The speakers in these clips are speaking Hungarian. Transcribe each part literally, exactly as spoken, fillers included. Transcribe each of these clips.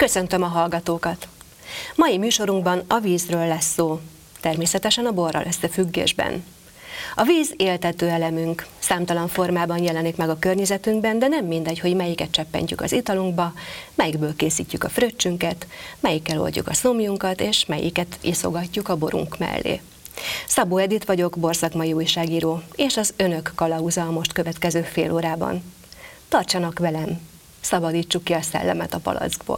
Köszöntöm a hallgatókat! Mai műsorunkban a vízről lesz szó, természetesen a borral összefüggésben. A víz éltető elemünk, számtalan formában jelenik meg a környezetünkben, de nem mindegy, hogy melyiket cseppentjük az italunkba, melyikből készítjük a fröccsünket, melyikkel oldjuk a szomjunkat, és melyiket iszogatjuk a borunk mellé. Szabó Edit vagyok, borszakmai újságíró, és az önök kalauza a most következő fél órában. Tartsanak velem, szabadítsuk ki a szellemet a palackból.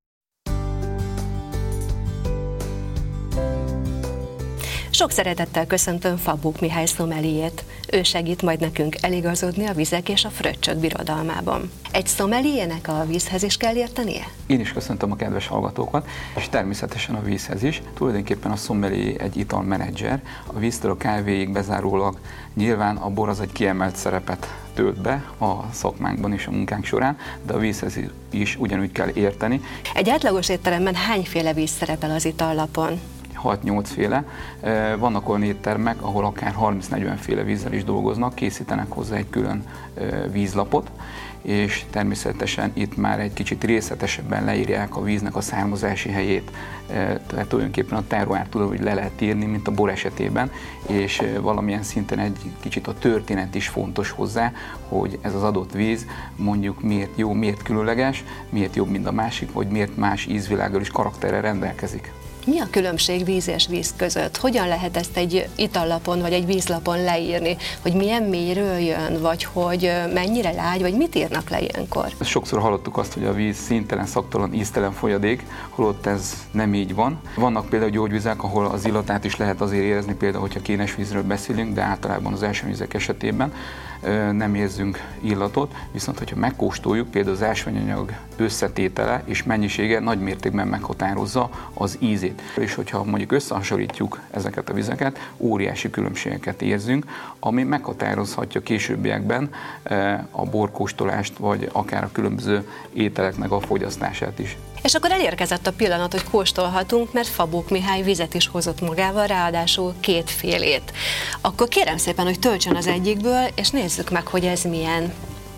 Sok szeretettel köszöntöm Fabók Mihály szomeliét. Ő segít majd nekünk eligazodni a vizek és a fröccsök birodalmában. Egy szomeliének a vízhez is kell értenie? Én is köszöntöm a kedves hallgatókat, és természetesen a vízhez is. Tulajdonképpen a szomelié egy italmenedzser, a víztől a kávéig bezárólag. Nyilván a bor az egy kiemelt szerepet tölt be a szakmánkban és a munkánk során, de a vízhez is ugyanúgy kell érteni. Egy átlagos étteremben hányféle víz szerepel az itallapon? hat-nyolc féle. Vannak olyan éttermek, ahol akár harminc-negyven féle vízzel is dolgoznak, készítenek hozzá egy külön vízlapot, és természetesen itt már egy kicsit részletesebben leírják a víznek a származási helyét. Tehát tulajdonképpen a terroárt úgy le lehet írni, mint a bor esetében, és valamilyen szinten egy kicsit a történet is fontos hozzá, hogy ez az adott víz mondjuk miért jó, miért különleges, miért jobb, mint a másik, vagy miért más ízvilággal és karakterrel rendelkezik. Mi a különbség víz és víz között? Hogyan lehet ezt egy itallapon vagy egy vízlapon leírni? Hogy milyen mélyről jön, vagy hogy mennyire lágy, vagy mit írnak le ilyenkor? Sokszor hallottuk azt, hogy a víz színtelen, szaktalan, íztelen folyadék, holott ez nem így van. Vannak például gyógyvizek, ahol az illatát is lehet azért érezni, például, hogyha kénes vízről beszélünk, de általában az ásványvizek esetében nem érzünk illatot, viszont hogyha megkóstoljuk, például az ásványanyag összetétele és mennyisége nagy mértékben meghatározza az ízét. És hogyha mondjuk összehasonlítjuk ezeket a vizeket, óriási különbségeket érzünk, ami meghatározhatja későbbiekben a borkóstolást, vagy akár a különböző ételeknek a fogyasztását is. És akkor elérkezett a pillanat, hogy kóstolhatunk, mert Fabók Mihály vizet is hozott magával, ráadásul kétfélét. Akkor kérem szépen, hogy töltsön az egyikből, és nézzük meg, hogy ez milyen.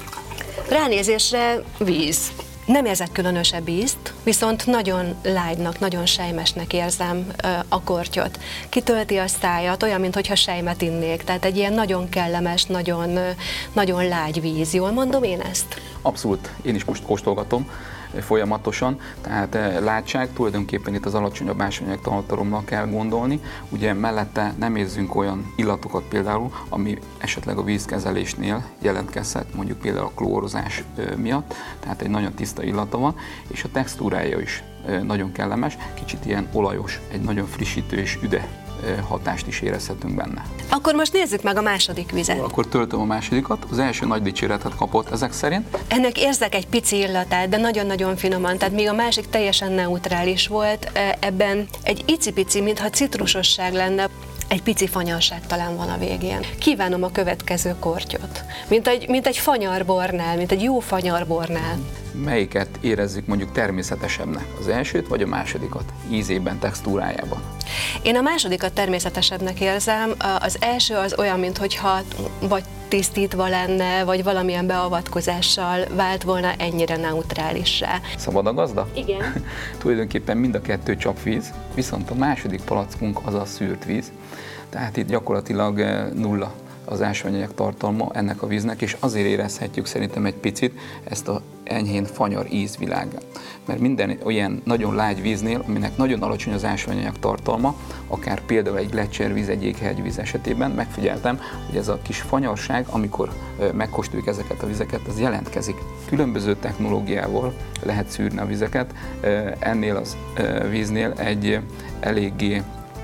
Ránézésre víz. Nem érzek különösebb ízt, viszont nagyon lágynak, nagyon sejmesnek érzem a kortyot. Kitölti a szájat, olyan, mintha sejmet innék, tehát egy ilyen nagyon kellemes, nagyon, nagyon lágy víz. Jól mondom én ezt? Abszolút, én is most kóstolgatom folyamatosan, tehát látság, tulajdonképpen itt az alacsonyabb ásványanyag tartalommal kell gondolni. Ugye mellette nem érzünk olyan illatokat például, ami esetleg a vízkezelésnél jelentkezhet, mondjuk például a klórozás miatt, tehát egy nagyon tiszta illata van, és a textúrája is nagyon kellemes, kicsit ilyen olajos, egy nagyon frissítő és üde hatást is érezhetünk benne. Akkor most nézzük meg a második vizet. Akkor töltöm a másodikat, az első nagy dicséretet kapott ezek szerint. Ennek érzek egy pici illatát, de nagyon-nagyon finoman, tehát még a másik teljesen neutrális volt, ebben egy icipici, mintha citrusosság lenne, egy pici fanyarság talán van a végén. Kívánom a következő kortyot, mint egy, mint egy fanyarbornál, mint egy jó fanyarbornál. Melyiket érezzük mondjuk természetesebbnek? Az elsőt vagy a másodikat? Ízében, textúrájában? Én a másodikat természetesebbnek érzem, az első az olyan, mintha vagy tisztítva lenne, vagy valamilyen beavatkozással vált volna ennyire neutrálissá. Szabad a gazda? Igen. Tulajdonképpen mind a kettő csapvíz, viszont a második palackunk az a szűrt víz, tehát itt gyakorlatilag nulla az ásványanyag tartalma ennek a víznek, és azért érezhetjük szerintem egy picit ezt a enyhén fanyar ízvilágát. Mert minden olyan nagyon lágy víznél, aminek nagyon alacsony az ásványanyag tartalma, akár például egy gleccservíz, egy jéghegyvíz esetében megfigyeltem, hogy ez a kis fanyarság, amikor megkóstoljuk ezeket a vizeket, az jelentkezik. Különböző technológiával lehet szűrni a vizeket, ennél az víznél egy eléggé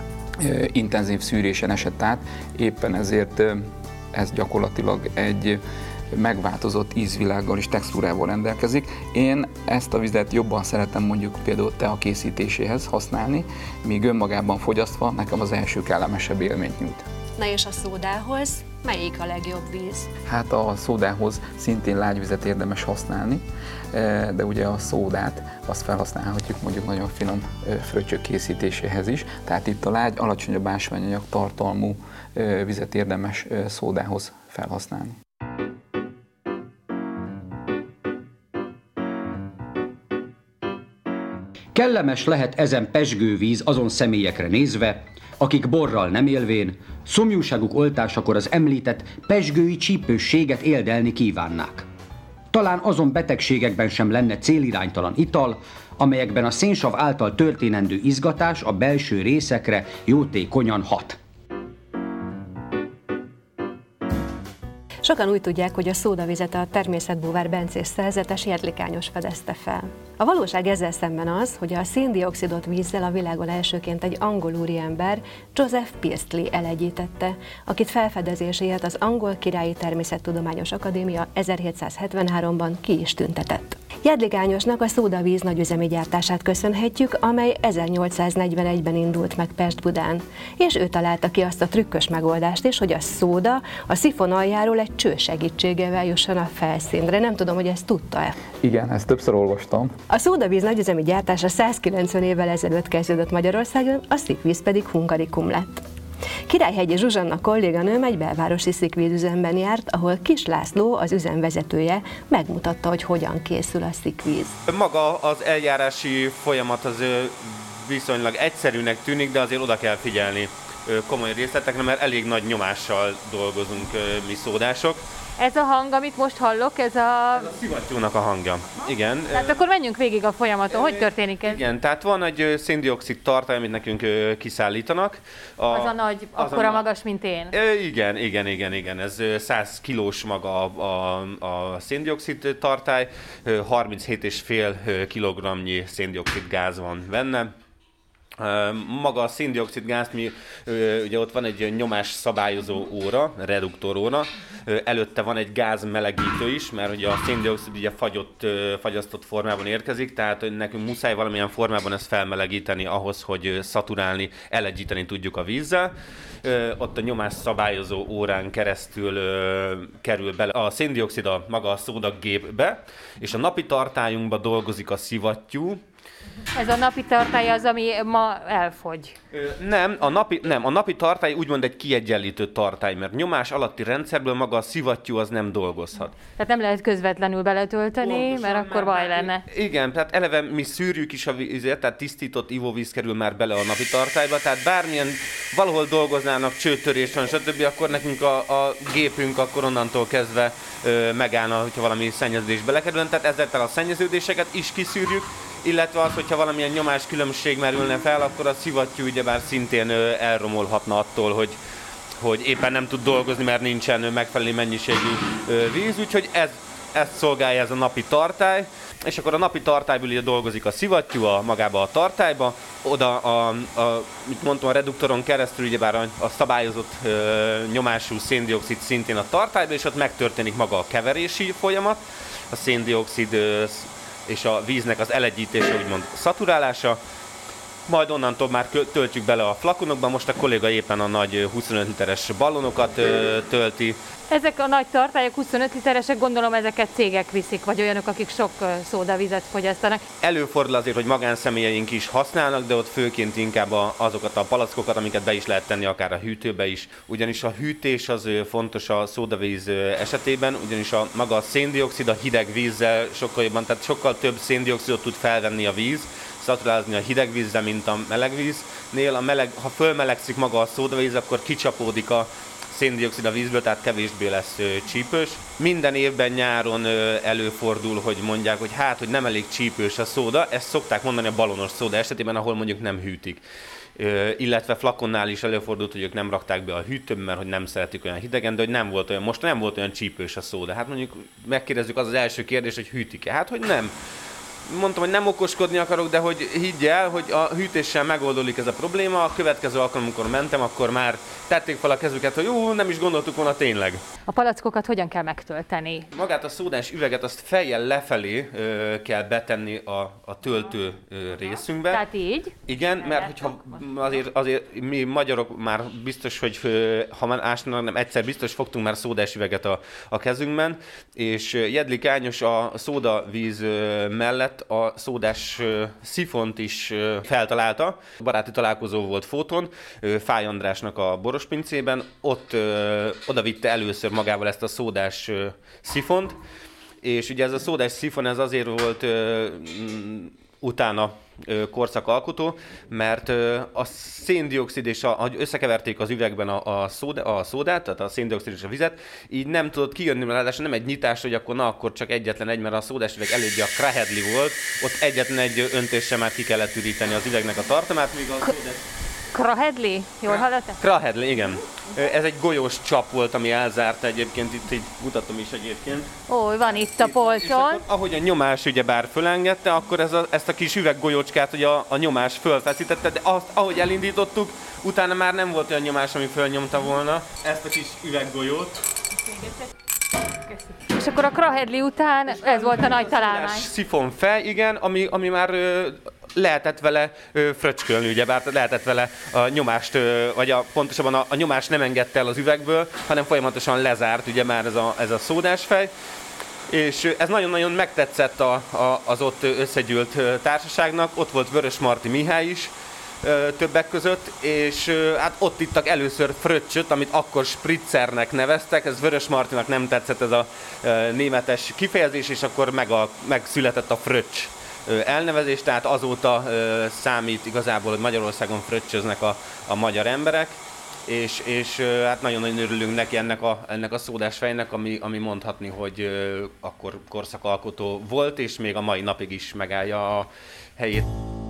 intenzív szűrésen esett át, éppen ezért ez gyakorlatilag egy megváltozott ízvilággal és textúrával rendelkezik. Én ezt a vizet jobban szeretem mondjuk például tea készítéséhez használni, míg önmagában fogyasztva nekem az első kellemesebb élményt nyújt. Na és a szódához melyik a legjobb víz? Hát a szódához szintén lágyvizet érdemes használni, de ugye a szódát azt felhasználhatjuk mondjuk nagyon finom fröccsök készítéséhez is, tehát itt a lágy, alacsonyabb ásványanyag tartalmú vizet érdemes szódához felhasználni. Kellemes lehet ezen pezsgő víz azon személyekre nézve, akik borral nem élvén, szomjúságuk oltásakor az említett pezsgői csípősséget éldelni kívánnák. Talán azon betegségekben sem lenne céliránytalan ital, amelyekben a szénsav által történendő izgatás a belső részekre jótékonyan hat. Sokan úgy tudják, hogy a szódavizet a természetbúvár bencés szerzetes Jedlikányos fedezte fel. A valóság ezzel szemben az, hogy a széndioxidot vízzel a világon elsőként egy angol úriember, Joseph Priestley elegyítette, akit felfedezéséért az Angol Királyi Természettudományos Akadémia ezerhétszázhetvenháromban ki is tüntetett. Jedlikányosnak a szódavíz nagyüzemi gyártását köszönhetjük, amely ezernyolcszáznegyvenegyben indult meg Pest-Budán, és ő találta ki azt a trükkös megoldást is, hogy a szóda a szifon aljáról egy cső segítségével jusson a felszínre. Nem tudom, hogy ezt tudta-e. Igen, ezt többször olvastam. A szódavíz nagyüzemi gyártása százkilencven évvel ezelőtt kezdődött Magyarországon, a szikvíz pedig Hungarikum lett. Királyhegyi Zsuzsanna kolléganőm egy belvárosi szikvízüzemben járt, ahol Kis László, az üzem vezetője, megmutatta, hogy hogyan készül a szikvíz. Maga az eljárási folyamat az viszonylag egyszerűnek tűnik, de azért oda kell figyelni komoly részletekre, mert elég nagy nyomással dolgozunk mi szódások. Ez a hang, amit most hallok, ez a... Ez a szivattyúnak a hangja. Igen. Tehát akkor menjünk végig a folyamaton. Hogy történik ez? Igen, tehát van egy széndioxid tartály, amit nekünk kiszállítanak. A, az a nagy, az akkora a, magas, mint én. Igen, igen, igen, igen. Ez száz kilós maga a, a, a széndioxid tartály, harminchét egész öt kilogramnyi széndioxid gáz van benne. Maga a széndioxid gáz, mi, ugye ott van egy nyomás szabályozó óra, reduktoróra, előtte van egy gázmelegítő is, mert ugye a széndioxid ugye fagyott, fagyasztott formában érkezik, tehát nekünk muszáj valamilyen formában ezt felmelegíteni ahhoz, hogy szaturálni, elegyíteni tudjuk a vízzel. Ott a nyomás szabályozó órán keresztül kerül bele a széndioxid a maga a szódagépbe, és a napi tartályunkba dolgozik a szivattyú. Ez a napi tartály az, ami ma elfogy. Nem, a napi, nem, a napi tartály úgymond egy kiegyenlítő tartály, mert nyomás alatti rendszerből maga a szivattyú az nem dolgozhat. Tehát nem lehet közvetlenül beletölteni, pontosan, mert akkor baj lenne. Igen, tehát eleve mi szűrjük is a vízet, tehát tisztított ivóvíz kerül már bele a napi tartályba, tehát bármilyen valahol dolgoznának, csőtörés van, stb., akkor nekünk a, a gépünk akkor onnantól kezdve ö, megállna, hogyha valami szennyeződés belekerül, tehát ezzel a szennyeződéseket is kiszűrjük, illetve az, hogyha valamilyen nyomás különbség merülne fel, akkor a szivattyú ugyebár szintén elromolhatna attól, hogy, hogy éppen nem tud dolgozni, mert nincsen megfelelő mennyiségű víz, úgyhogy ez, ezt szolgálja ez a napi tartály, és akkor a napi tartályból ugye dolgozik a szivattyú a, magába a tartályba, oda a, a mit mondtam, a reduktoron keresztül ugyebár a, a szabályozott ö, nyomású széndioxid szintén a tartályba, és ott megtörténik maga a keverési folyamat, a széndioxid ö, és a víznek az elegyítése, úgymond szaturálása, majd onnantól már töltjük bele a flakonokba, most a kolléga éppen a nagy huszonöt literes ballonokat tölti. Ezek a nagy tartályok huszonöt literesek, gondolom ezeket cégek viszik, vagy olyanok, akik sok szódavizet fogyasztanak. Előfordul azért, hogy magánszemélyeink is használnak, de ott főként inkább azokat a palackokat, amiket be is lehet tenni akár a hűtőbe is. Ugyanis a hűtés az fontos a szódavíz esetében, ugyanis a maga a széndioxid a hideg vízzel sokkal jobban, tehát sokkal több széndioxidot tud felvenni a víz, szaturázni a hideg vízzel, mint a meleg víznél. A meleg, ha fölmelegszik maga a szódavíz, akkor kicsapódik a széndioxid a vízből, tehát kevésbé lesz ö, csípős. Minden évben nyáron ö, előfordul, hogy mondják, hogy hát, hogy nem elég csípős a szóda, ezt szokták mondani a balonos szóda esetében, ahol mondjuk nem hűtik. Ö, illetve flakonnál is előfordult, hogy ők nem rakták be a hűtőbe, mert hogy nem szeretik olyan hidegen, de hogy nem volt olyan, most nem volt olyan csípős a szóda. Hát mondjuk megkérdezzük, az az első kérdés, hogy hűtik-e? Hát, hogy nem. Mondtam, hogy nem okoskodni akarok, de hogy higgy el, hogy a hűtéssel megoldódik ez a probléma. A következő alkalom, amikor mentem, akkor már tették fel a kezüket, hogy jó, nem is gondoltuk volna tényleg. A palackokat hogyan kell megtölteni? Magát a szódás üveget azt fejjel lefelé ö, kell betenni a, a töltő ö, részünkbe. Tehát így? Igen, mert hogyha azért, azért mi magyarok már biztos, hogy ö, ha már ásnak, nem egyszer biztos fogtunk már szódás üveget a, a kezünkben, és Jedlikányos a szódavíz ö, mellett a szódás ö, szifont is ö, feltalálta. Baráti találkozó volt Fóton, ö, Fáj Andrásnak a borospincében, ott ö, oda vitte először magával ezt a szódás ö, szifont, és ugye ez a szódás szifon ez azért volt ö, utána korszakalkotó, mert a széndioxid és a, ahogy összekeverték az üvegben a, a, szóda, a szódát, tehát a széndioxid és a vizet, így nem tudott kijönni, mert ráadásul nem egy nyitás, hogy akkor na, akkor csak egyetlen egy, mert a szódás üveg eléggé a Krahedli volt, ott egyetlen egy öntéssel már ki kellett üríteni az üvegnek a tartalmát, míg a szódás... Krahedli? Jól hallottam? Krahedli, igen. Ez egy golyós csap volt, ami elzárta egyébként, itt így mutatom is egyébként. Ó, van itt a polcon. Ahogy a nyomás ugyebár fölengedte, akkor ez a, ezt a kis üveggolyócskát ugye a, a nyomás fölfeszítette, de azt, ahogy elindítottuk, utána már nem volt olyan nyomás, ami fölnyomta volna ezt a kis üveggolyót. És akkor a Krahedli után ez volt a nagy találmány. Szifon fej, igen, ami, ami már ö, lehetett vele ö, fröcskölni, ugyebár lehetett vele a nyomást, ö, vagy a, pontosabban a, a nyomást nem engedte el az üvegből, hanem folyamatosan lezárt ugye már ez a, ez a szódásfej. És ez nagyon-nagyon megtetszett a, a, az ott összegyűlt társaságnak, ott volt Vörösmarty Mihály is többek között, és hát ott ittak először fröccsöt, amit akkor spritzernek neveztek, ez Vörösmartynak nem tetszett ez a németes kifejezés, és akkor meg a, megszületett a fröccs elnevezés, tehát azóta számít igazából, hogy Magyarországon fröccsöznek a, a magyar emberek, és, és hát nagyon-nagyon örülünk neki ennek a, ennek a szódásfejnek, ami, ami mondhatni, hogy akkor korszakalkotó volt, és még a mai napig is megállja a helyét.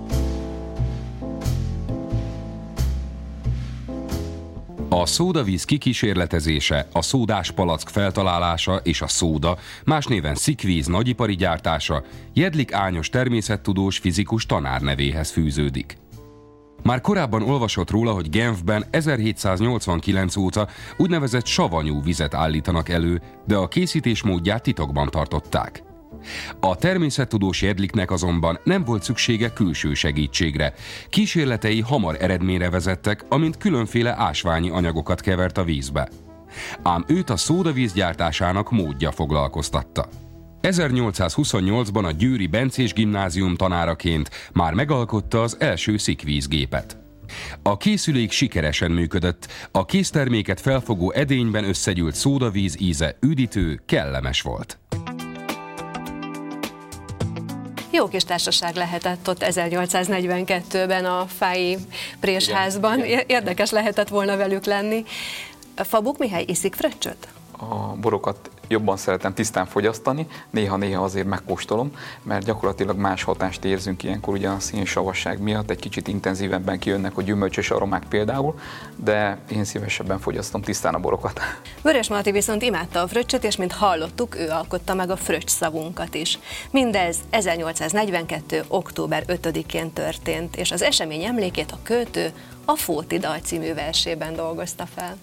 A szódavíz kikísérletezése, a szódás palack feltalálása és a szóda, más néven szikvíz nagyipari gyártása Jedlik Ányos természettudós fizikus tanár nevéhez fűződik. Már korábban olvasott róla, hogy Genfben ezerhétszáznyolcvankilenc óta úgynevezett savanyú vizet állítanak elő, de a készítés módját titokban tartották. A természettudós Jedliknek azonban nem volt szüksége külső segítségre. Kísérletei hamar eredményre vezettek, amint különféle ásványi anyagokat kevert a vízbe. Ám őt a szódavíz gyártásának módja foglalkoztatta. ezernyolcszázhuszonnyolcban a győri Bencés gimnázium tanáraként már megalkotta az első szikvízgépet. A készülék sikeresen működött, a készterméket felfogó edényben összegyűlt szódavíz íze üdítő, kellemes volt. Jó kis társaság lehetett ott ezernyolcszáznegyvenkettőben a Fái présházban. Érdekes lehetett volna velük lenni. Fabuk Mihály iszik fröccsöt? A borokat jobban szeretem tisztán fogyasztani, néha-néha azért megkóstolom, mert gyakorlatilag más hatást érzünk ilyenkor, ugye a szénsavasság miatt egy kicsit intenzívebben kijönnek a gyümölcsös aromák például, de én szívesebben fogyasztom tisztán a borokat. Vörösmarty viszont imádta a fröccsöt, és mint hallottuk, ő alkotta meg a fröccs szavunkat is. Mindez ezernyolcszáznegyvenkettő. október ötödikén történt, és az esemény emlékét a költő a Fóti dal című versében dolgozta fel.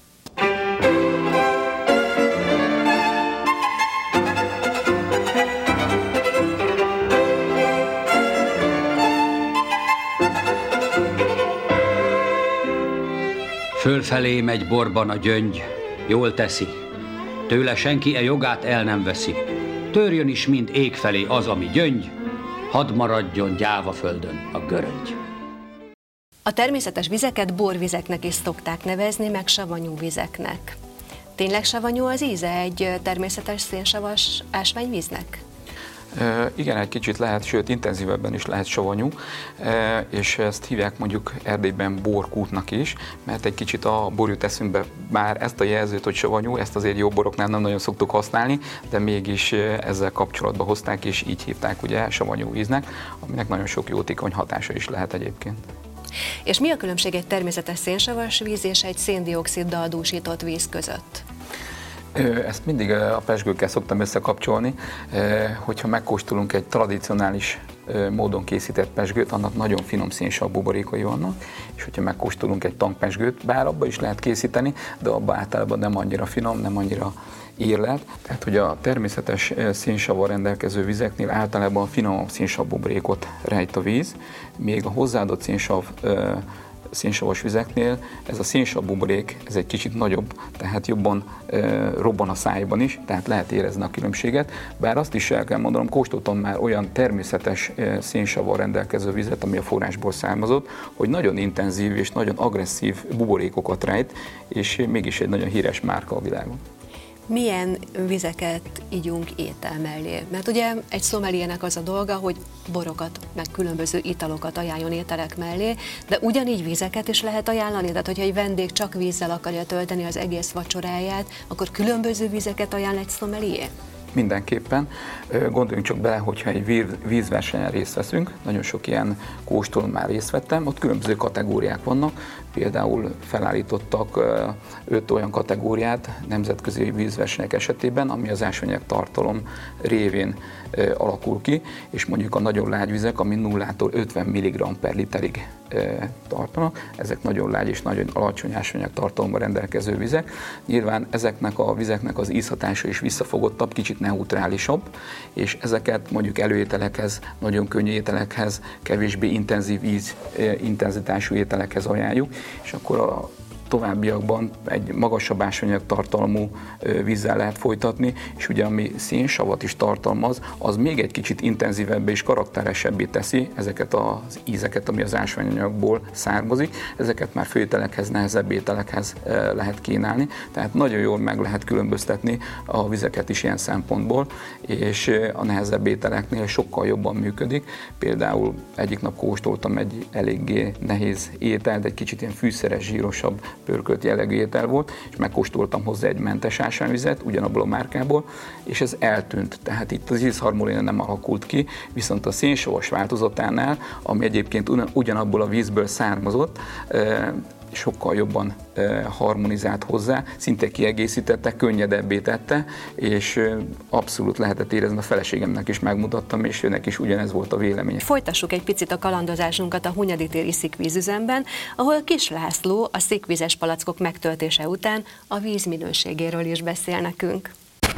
Fölfelé megy borban a gyöngy, jól teszi, tőle senki e jogát el nem veszi. Törjön is mind ég felé az, ami gyöngy, hadd maradjon gyáva földön a göröngy. A természetes vizeket borvizeknek is szokták nevezni, meg savanyú vizeknek. Tényleg savanyú az íze egy természetes szénsavas ásványvíznek? E, igen, egy kicsit lehet, sőt intenzívebben is lehet savanyú, e, és ezt hívják mondjuk Erdélyben borkútnak is, mert egy kicsit a bor jut eszünkbe, bár ezt a jelzőt, hogy savanyú, ezt azért jó boroknál nem nagyon szoktuk használni, de mégis ezzel kapcsolatba hozták, és így hívták ugye savanyú víznek, aminek nagyon sok jótékony hatása is lehet egyébként. És mi a különbség egy természetes szénsavas víz és egy széndioxiddal dúsított víz között? Ezt mindig a pezsgőkkel szoktam összekapcsolni, hogyha megkóstolunk egy tradicionális módon készített pezsgőt, annak nagyon finom szénsav buborékai vannak, és hogyha megkóstolunk egy tankpezsgőt, bár abba is lehet készíteni, de abba általában nem annyira finom, nem annyira írlelt, tehát hogy a természetes szénsavval rendelkező vizeknél általában finomabb szénsav buborékot rejt a víz, még a hozzáadott szénsav szénsavas vizeknél ez a szénsav buborék, ez egy kicsit nagyobb, tehát jobban e, robban a szájban is, tehát lehet érezni a különbséget, bár azt is el kell mondanom, kóstoltam már olyan természetes e, szénsavval rendelkező vizet, ami a forrásból származott, hogy nagyon intenzív és nagyon agresszív buborékokat rejt, és mégis egy nagyon híres márka a világon. Milyen vizeket igyunk étel mellé? Mert ugye egy szomeliének az a dolga, hogy borokat, meg különböző italokat ajánljon ételek mellé, de ugyanígy vizeket is lehet ajánlani? Tehát, hogyha egy vendég csak vízzel akarja tölteni az egész vacsoráját, akkor különböző vizeket ajánl egy szomelié? Mindenképpen. Gondoljunk csak bele, hogyha egy vízversenyen részt veszünk, nagyon sok ilyen kóstolón már részt vettem, ott különböző kategóriák vannak, például felállítottak öt olyan kategóriát nemzetközi vízversenyek esetében, ami az ásványanyag tartalom révén alakul ki, és mondjuk a nagyon lágy vizek, ami nullától ötven milligramm per literig tartanak, ezek nagyon lágy és nagyon alacsony ásványanyag tartalommal rendelkező vizek. Nyilván ezeknek a vizeknek az ízhatása is visszafogottabb, kicsit neutrálisabb, és ezeket mondjuk előételekhez, nagyon könnyű ételekhez, kevésbé intenzív íz, intenzitású ételekhez ajánljuk, és akkor a továbbiakban egy magasabb ásványanyag tartalmú vízzel lehet folytatni, és ugye ami szénsavat is tartalmaz, az még egy kicsit intenzívebbé és karakteresebbé teszi ezeket az ízeket, ami az ásványanyagból származik, ezeket már főételekhez, nehezebb ételekhez lehet kínálni, tehát nagyon jól meg lehet különböztetni a vizeket is ilyen szempontból, és a nehezebb ételeknél sokkal jobban működik. Például egyik nap kóstoltam egy eléggé nehéz ételt, egy kicsit ilyen fűszeres, zsírosabb, pörkölt jellegű étel volt, és megkóstoltam hozzá egy mentes ásványvizet, ugyanabból a márkából, és ez eltűnt. Tehát itt az ízharmónia nem alakult ki, viszont a szénsavas változatánál, ami egyébként ugyanabból a vízből származott, sokkal jobban harmonizált hozzá, szinte kiegészítette, könnyedebbé tette, és abszolút lehetett érezni, a feleségemnek is megmutattam, és őnek is ugyanez volt a vélemény. Folytassuk egy picit a kalandozásunkat a Hunyadi téri szikvízüzemben, ahol Kis László a szikvízes palackok megtöltése után a víz minőségéről is beszél nekünk.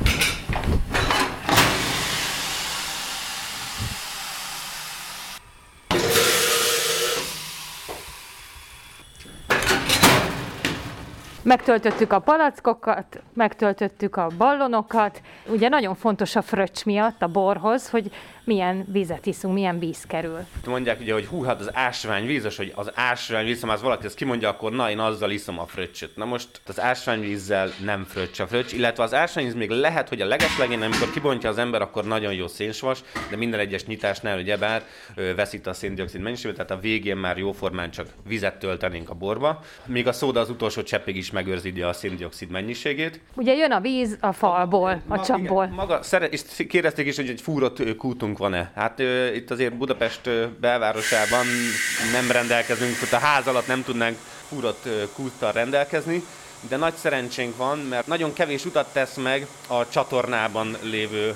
Megtöltöttük a palackokat, megtöltöttük a ballonokat. Ugye nagyon fontos a fröccs miatt, a borhoz, hogy milyen vizet iszunk, milyen víz kerül. Mondják ugye, hogy hú, hát az ásványvíz, hogy az ásványvíz, ha az valaki ezt kimondja, akkor na, én azzal iszom a fröccsöt. Na most az ásványvízzel nem fröccs a fröccs, illetve az ásványvíz még lehet, hogy a legeslegén, amikor kibontja az ember, akkor nagyon jó szénsavas, de minden egyes nyitásnál ugyebár veszít a széndioxid mennyiségét, tehát a végén már jóformán csak vizet töltenénk a borba, míg a szóda az utolsó cseppig is megőrzi a széndioxid mennyiségét. Ugye jön a víz a falból, a Ma, csapból. Igen, maga, szeret, és kérdezték is, hogy egy fúrott kútunk van-e. Hát ö, itt azért Budapest ö, belvárosában nem rendelkezünk, hogy a ház alatt nem tudnánk fúrott ö, kúttal rendelkezni, de nagy szerencsénk van, mert nagyon kevés utat tesz meg a csatornában lévő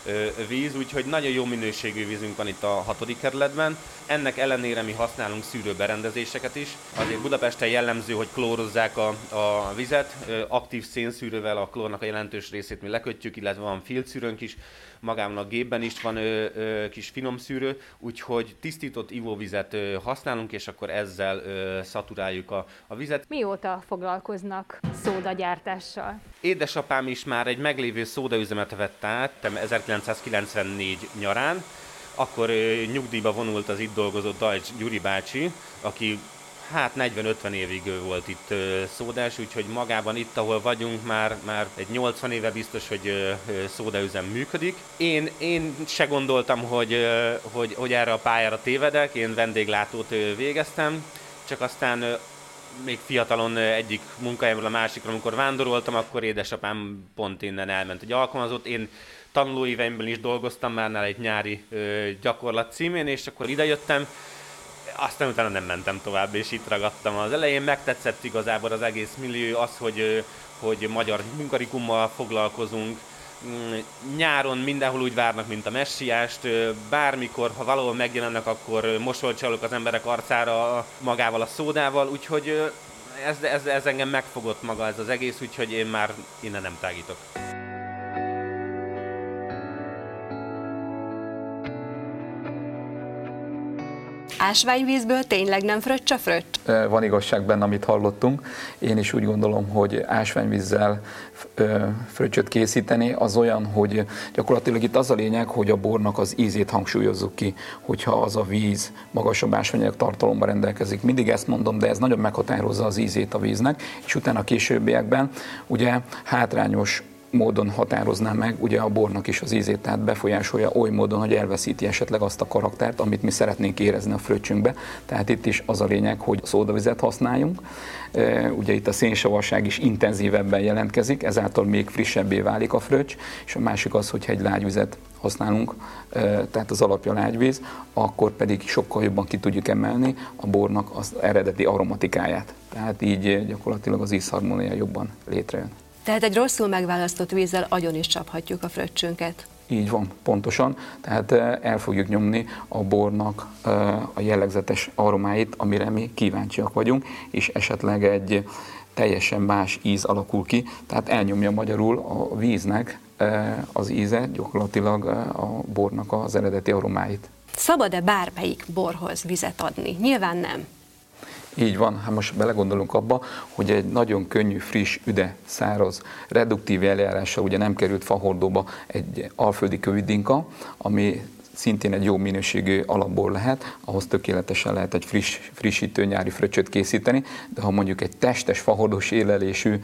víz, úgyhogy nagyon jó minőségű vízünk van itt a hatodik kerületben. Ennek ellenére mi használunk szűrőberendezéseket is. Azért Budapesten jellemző, hogy klórozzák a, a vizet, aktív szénszűrővel a klórnak a jelentős részét mi lekötjük, illetve van filtszűrőnk is, magában a gépben is van ö, ö, kis finom szűrő, úgyhogy tisztított ivóvizet ö, használunk, és akkor ezzel ö, szaturáljuk a, a vizet. Mióta foglalkoznak szódagyártással? Édesapám is már egy meglévő szódaüzemet vett át ezerkilencszázkilencvennégy nyarán, akkor ö, nyugdíjba vonult az itt dolgozó Dajcs Gyuri bácsi, aki hát negyven-ötven évig volt itt ö, szódás, úgyhogy magában itt, ahol vagyunk, már, már egy nyolcvan éve biztos, hogy ö, szódaüzem működik. Én, én se gondoltam, hogy, ö, hogy, hogy erre a pályára tévedek, én vendéglátót ö, végeztem, csak aztán ö, még fiatalon ö, egyik munkahelyemről a másikra, amikor vándoroltam, akkor édesapám pont innen elment, hogy alkalmazott. Én tanulóéveimben is dolgoztam már nála egy nyári ö, gyakorlat címén, és akkor idejöttem. Aztán utána nem mentem tovább, és itt ragadtam. Az elején megtetszett igazából az egész millió, az, hogy, hogy magyar munkarikummal foglalkozunk. Nyáron mindenhol úgy várnak, mint a messiást. Bármikor, ha valahol megjelennek, akkor mosolycsalok az emberek arcára magával a szódával. Úgyhogy ez, ez, ez engem megfogott maga ez az egész, úgyhogy én már innen nem tágítok. Ásványvízből tényleg nem fröccs a fröccs? Van igazság benne, amit hallottunk. Én is úgy gondolom, hogy ásványvízzel fröccsöt készíteni az olyan, hogy gyakorlatilag itt az a lényeg, hogy a bornak az ízét hangsúlyozzuk ki, hogyha az a víz magasabb ásványanyag tartalommal rendelkezik. Mindig ezt mondom, de ez nagyon meghatározza az ízét a víznek, és utána a későbbiekben ugye hátrányos módon határozná meg ugye a bornak is az ízét, tehát befolyásolja oly módon, hogy elveszíti esetleg azt a karaktert, amit mi szeretnénk érezni a fröccsünkbe. Tehát itt is az a lényeg, hogy szódavizet használjunk. Ugye itt a szénsavasság is intenzívebben jelentkezik, ezáltal még frissebbé válik a fröccs, és a másik az, hogyha egy lágyvizet használunk, tehát az alapja lágyvíz, akkor pedig sokkal jobban ki tudjuk emelni a bornak az eredeti aromatikáját. Tehát így gyakorlatilag az ízharmónia jobban létrejön. Tehát egy rosszul megválasztott vízzel agyon is csaphatjuk a fröccsünket. Így van, pontosan. Tehát el fogjuk nyomni a bornak a jellegzetes aromáit, amire mi kíváncsiak vagyunk, és esetleg egy teljesen más íz alakul ki, tehát elnyomja magyarul a víznek az íze, gyakorlatilag a bornak az eredeti aromáit. Szabad-e bármelyik borhoz vizet adni? Nyilván nem. Így van, hát most belegondolunk abba, hogy egy nagyon könnyű, friss, üde, száraz, reduktív eljárással ugye nem került fahordóba egy alföldi kövidinka, ami szintén egy jó minőségű alapbor lehet, ahhoz tökéletesen lehet egy friss, frissítő nyári fröccsöt készíteni, de ha mondjuk egy testes, fahordós élelésű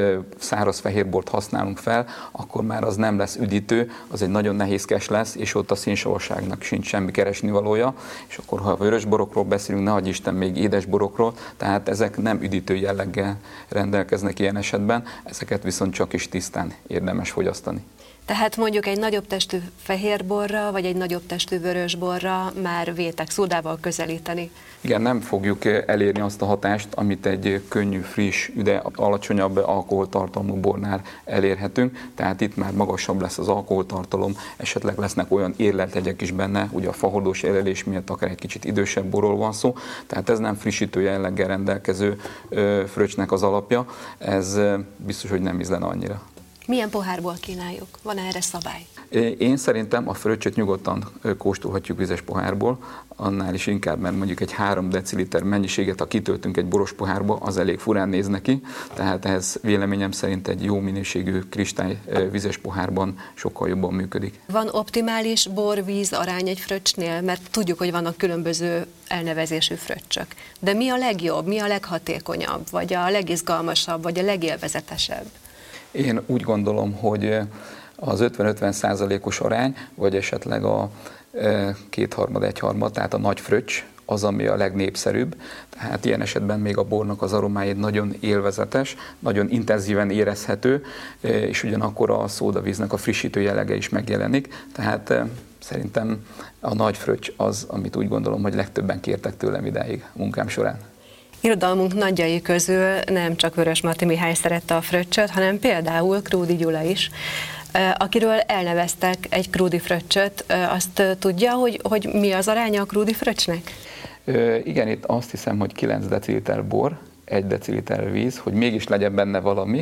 száraz fehérbort használunk fel, akkor már az nem lesz üdítő, az egy nagyon nehézkes lesz, és ott a szénsavasságnak sincs semmi keresnivalója, és akkor ha vörösborokról beszélünk, ne adj Isten még édesborokról, tehát ezek nem üdítő jelleggel rendelkeznek ilyen esetben, ezeket viszont csak is tisztán érdemes fogyasztani. Tehát mondjuk egy nagyobb testű fehérborra, vagy egy nagyobb testű vörösborra már vétek szódával közelíteni. Igen, nem fogjuk elérni azt a hatást, amit egy könnyű, friss, üde, alacsonyabb alkoholtartalmú bornál elérhetünk, tehát itt már magasabb lesz az alkoholtartalom, esetleg lesznek olyan érleltegyek is benne, ugye a fahordós érlelés miatt akár egy kicsit idősebb borról van szó, tehát ez nem frissítő jelleggel rendelkező fröccsnek az alapja, ez biztos, hogy nem ízlene annyira. Milyen pohárból kínáljuk? Van erre szabály? Én szerintem a fröccsöt nyugodtan kóstolhatjuk vizes pohárból, annál is inkább, mert mondjuk egy három deciliter mennyiséget, ha kitöltünk egy boros pohárba, az elég furán néz neki, tehát ez véleményem szerint egy jó minőségű kristály vizes pohárban sokkal jobban működik. Van optimális bor-víz arány egy fröccsnél, mert tudjuk, hogy vannak különböző elnevezésű fröccsök. De mi a legjobb, mi a leghatékonyabb, vagy a legizgalmasabb, vagy a legélvezetesebb? Én úgy gondolom, hogy az ötven-ötven százalékos arány, vagy esetleg a kétharmad, egyharmad, tehát a nagy fröccs, az, ami a legnépszerűbb. Tehát ilyen esetben még a bornak az aromája nagyon élvezetes, nagyon intenzíven érezhető, és ugyanakkor a szódavíznek a frissítő jellege is megjelenik. Tehát szerintem a nagy fröccs az, amit úgy gondolom, hogy legtöbben kértek tőlem idáig a munkám során. Irodalmunk nagyjai közül nem csak Vörösmarty Mihály szerette a fröccsöt, hanem például Krúdy Gyula is, akiről elneveztek egy krúdy fröccsöt. Azt tudja, hogy, hogy mi az aránya a krúdy fröccsnek? Igen, itt azt hiszem, hogy kilenc deciliter bor, egy deciliter víz, hogy mégis legyen benne valami,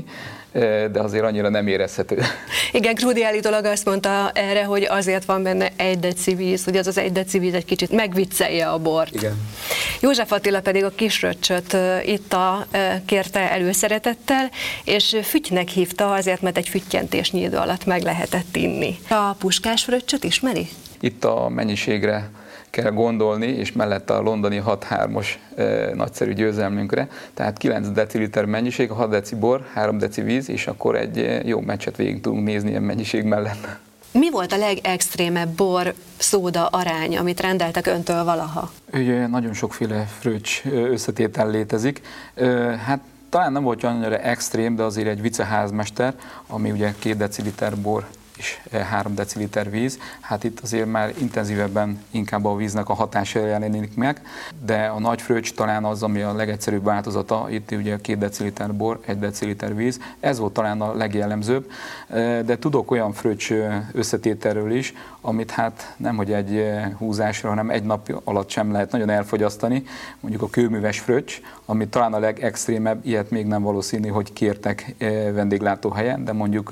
de azért annyira nem érezhető. Igen, Krúdy állítólag azt mondta erre, hogy azért van benne egy deci víz, hogy az az egy deci víz egy kicsit megviccelje a bort. Igen. József Attila pedig a kisfröccsöt itta kérte előszeretettel, és füttynek hívta azért, mert egy füttyentés idő alatt meg lehetett inni. A puskás fröccsöt ismeri? Itt a mennyiségre kell gondolni, és mellette a londoni hat hármas e, nagyszerű győzelmünkre. Tehát kilenc deciliter mennyiség, hat deci bor, három deci víz, és akkor egy jó meccset végig tudunk nézni ilyen mennyiség mellett. Mi volt a legextrémebb bor-szóda arány, amit rendeltek öntől valaha? Ugye nagyon sokféle fröccs összetétel létezik. Hát talán nem volt annyira extrém, de azért egy viceházmester, ami ugye két deciliter bor és három deciliter víz, hát itt azért már intenzívebben inkább a víznek a hatása jelenik meg, de a nagy fröccs talán az, ami a legegyszerűbb változata, itt ugye két deciliter bor, egy deciliter víz, ez volt talán a legjellemzőbb, de tudok olyan fröccs összetételről is, amit hát nemhogy egy húzásra, hanem egy nap alatt sem lehet nagyon elfogyasztani, mondjuk a kőműves fröccs, ami talán a legextrémebb, ilyet még nem valószínű, hogy kértek vendéglátóhelyen, de mondjuk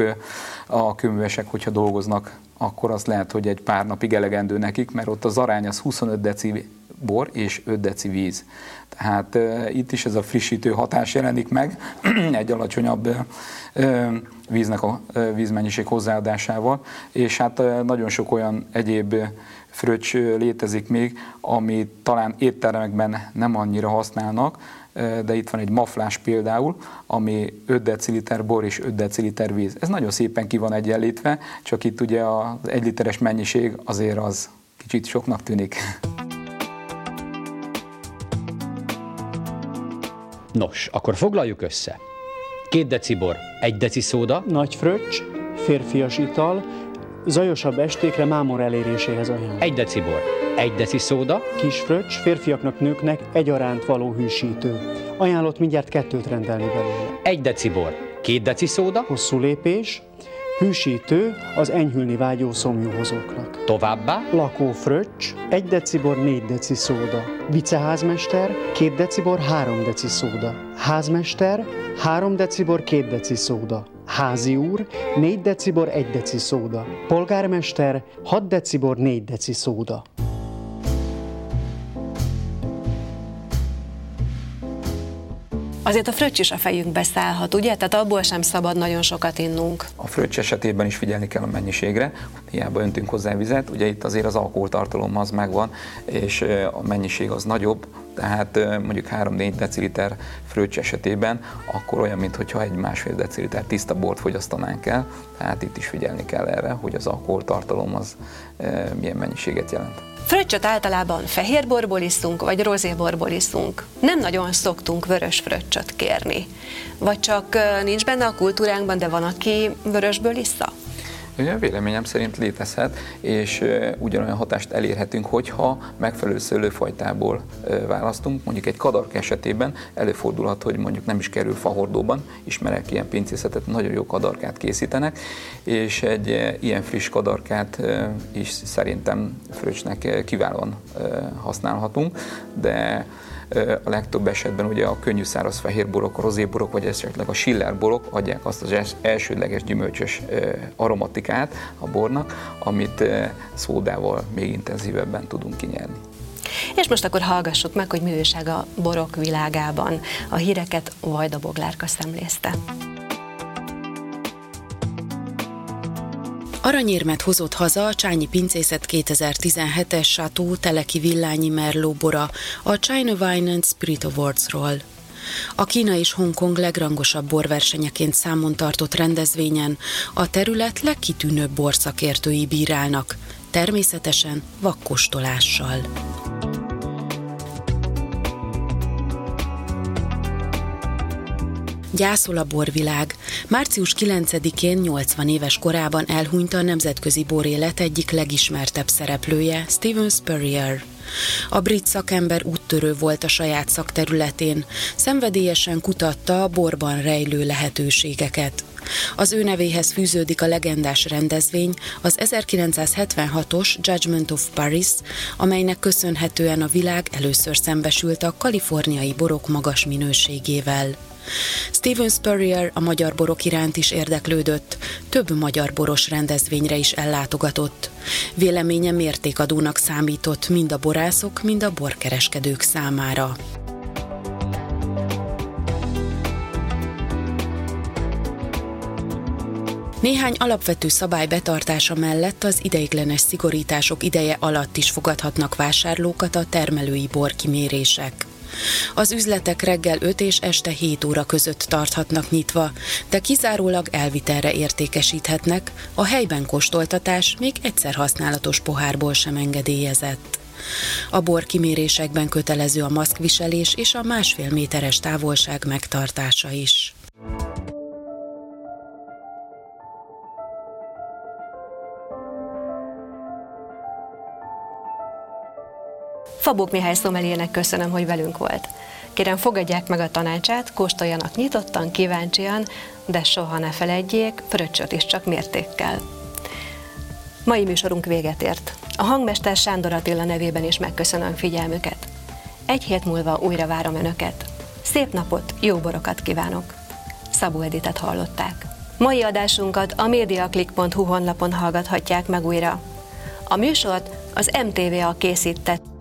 a kőművesek, hogyha dolgoznak, akkor azt lehet, hogy egy pár napig elegendő nekik, mert ott az arány az huszonöt deci bor és öt deci víz. Tehát e, itt is ez a frissítő hatás jelenik meg egy alacsonyabb e, víznek a e, vízmennyiség hozzáadásával, és hát e, nagyon sok olyan egyéb fröccs létezik még, ami talán éttermekben nem annyira használnak, de itt van egy maflás például, ami öt deciliter bor és öt deciliter víz. Ez nagyon szépen ki van egyenlítve, csak itt ugye az egy literes mennyiség azért az kicsit soknak tűnik. Nos, akkor foglaljuk össze. Két deci bor, egy deci szóda. Nagy fröccs, férfias ital, zajosabb estékre mámor eléréséhez ajánlom. Egy deci bor, egy deci szóda. Kis fröccs, férfiaknak, nőknek egyaránt való hűsítő. Ajánlott mindjárt kettőt rendelni belőle. Egy deci bor, két deci szóda. Hosszú lépés, hűsítő az enyhülni vágyó szomjúhozóknak. Továbbá. Lakó fröccs, egy decibor, négy deci szóda. Viceházmester, két decibor, három deci szóda. Házmester, három decibor, két deci szóda. Házi úr, négy decibor, egy deci szóda. Polgármester, hat decibor, négy deci szóda. Azért a fröccs is a fejünkbe szállhat, ugye? Tehát abból sem szabad nagyon sokat innunk. A fröccs esetében is figyelni kell a mennyiségre, hiába öntünk hozzá vizet, ugye itt azért az alkoholtartalom az megvan, és a mennyiség az nagyobb, tehát mondjuk három-négy deciliter fröccs esetében akkor olyan, mintha egy másfél deciliter tiszta bort fogyasztanánk el, tehát itt is figyelni kell erre, hogy az alkoholtartalom az milyen mennyiséget jelent. Fröccsöt általában fehér borból iszunk, vagy rozéborból iszunk. Nem nagyon szoktunk vörös fröccsöt kérni. Vagy csak nincs benne a kultúránkban, de van, aki vörösből issza? Véleményem szerint létezhet, és ugyanolyan hatást elérhetünk, hogyha megfelelő szőlőfajtából választunk. Mondjuk egy kadarka esetében előfordulhat, hogy mondjuk nem is kerül fahordóban, ismerek ilyen pincészetet, nagyon jó kadarkát készítenek, és egy ilyen friss kadarkát is szerintem fröccsnek kiválóan használhatunk, de a legtöbb esetben ugye a könnyű száraz fehérborok, a rozéborok, vagy esetleg a schillerborok adják azt az elsődleges gyümölcsös aromatikát a bornak, amit szódával még intenzívebben tudunk kinyerni. És most akkor hallgassuk meg, hogy mi újság a borok világában. A híreket Vajda Boglárka szemlézte. Aranyérmet hozott haza a Csányi Pincészet kétezer-tizenhetes Chateau Teleki Villányi Merlot bora a China Wine and Spirit Awards-ról. A Kína és Hongkong legrangosabb borversenyeként számon tartott rendezvényen a terület legkitűnőbb borszakértői bírálnak, természetesen vakkóstolással. Gyászol a borvilág. március kilencedikén nyolcvan éves korában elhunyt a nemzetközi borélet egyik legismertebb szereplője, Steven Spurrier. A brit szakember úttörő volt a saját szakterületén, szenvedélyesen kutatta a borban rejlő lehetőségeket. Az ő nevéhez fűződik a legendás rendezvény, az ezerkilencszázhetvenhatos Judgment of Paris, amelynek köszönhetően a világ először szembesült a kaliforniai borok magas minőségével. Steven Spurrier a magyar borok iránt is érdeklődött, több magyar boros rendezvényre is ellátogatott. Véleménye mértékadónak számított mind a borászok, mind a borkereskedők számára. Néhány alapvető szabály betartása mellett az ideiglenes szigorítások ideje alatt is fogadhatnak vásárlókat a termelői borkimérések. Az üzletek reggel öt és este hét óra között tarthatnak nyitva, de kizárólag elvitelre értékesíthetnek, a helyben kóstoltatás még egyszer használatos pohárból sem engedélyezett. A borkimérésekben kötelező a maszkviselés és a másfél méteres távolság megtartása is. Fabók Mihály szomeliének köszönöm, hogy velünk volt. Kérem, fogadják meg a tanácsát, kóstoljanak nyitottan, kíváncsian, de soha ne feledjék, fröccsöt is csak mértékkel. Mai műsorunk véget ért. A hangmester Sándor Attila nevében is megköszönöm figyelmüket. Egy hét múlva újra várom Önöket. Szép napot, jó borokat kívánok! Szabó Editet hallották. Mai adásunkat a mediaclick pont hu honlapon hallgathatják meg újra. A műsort az em té vé á készített.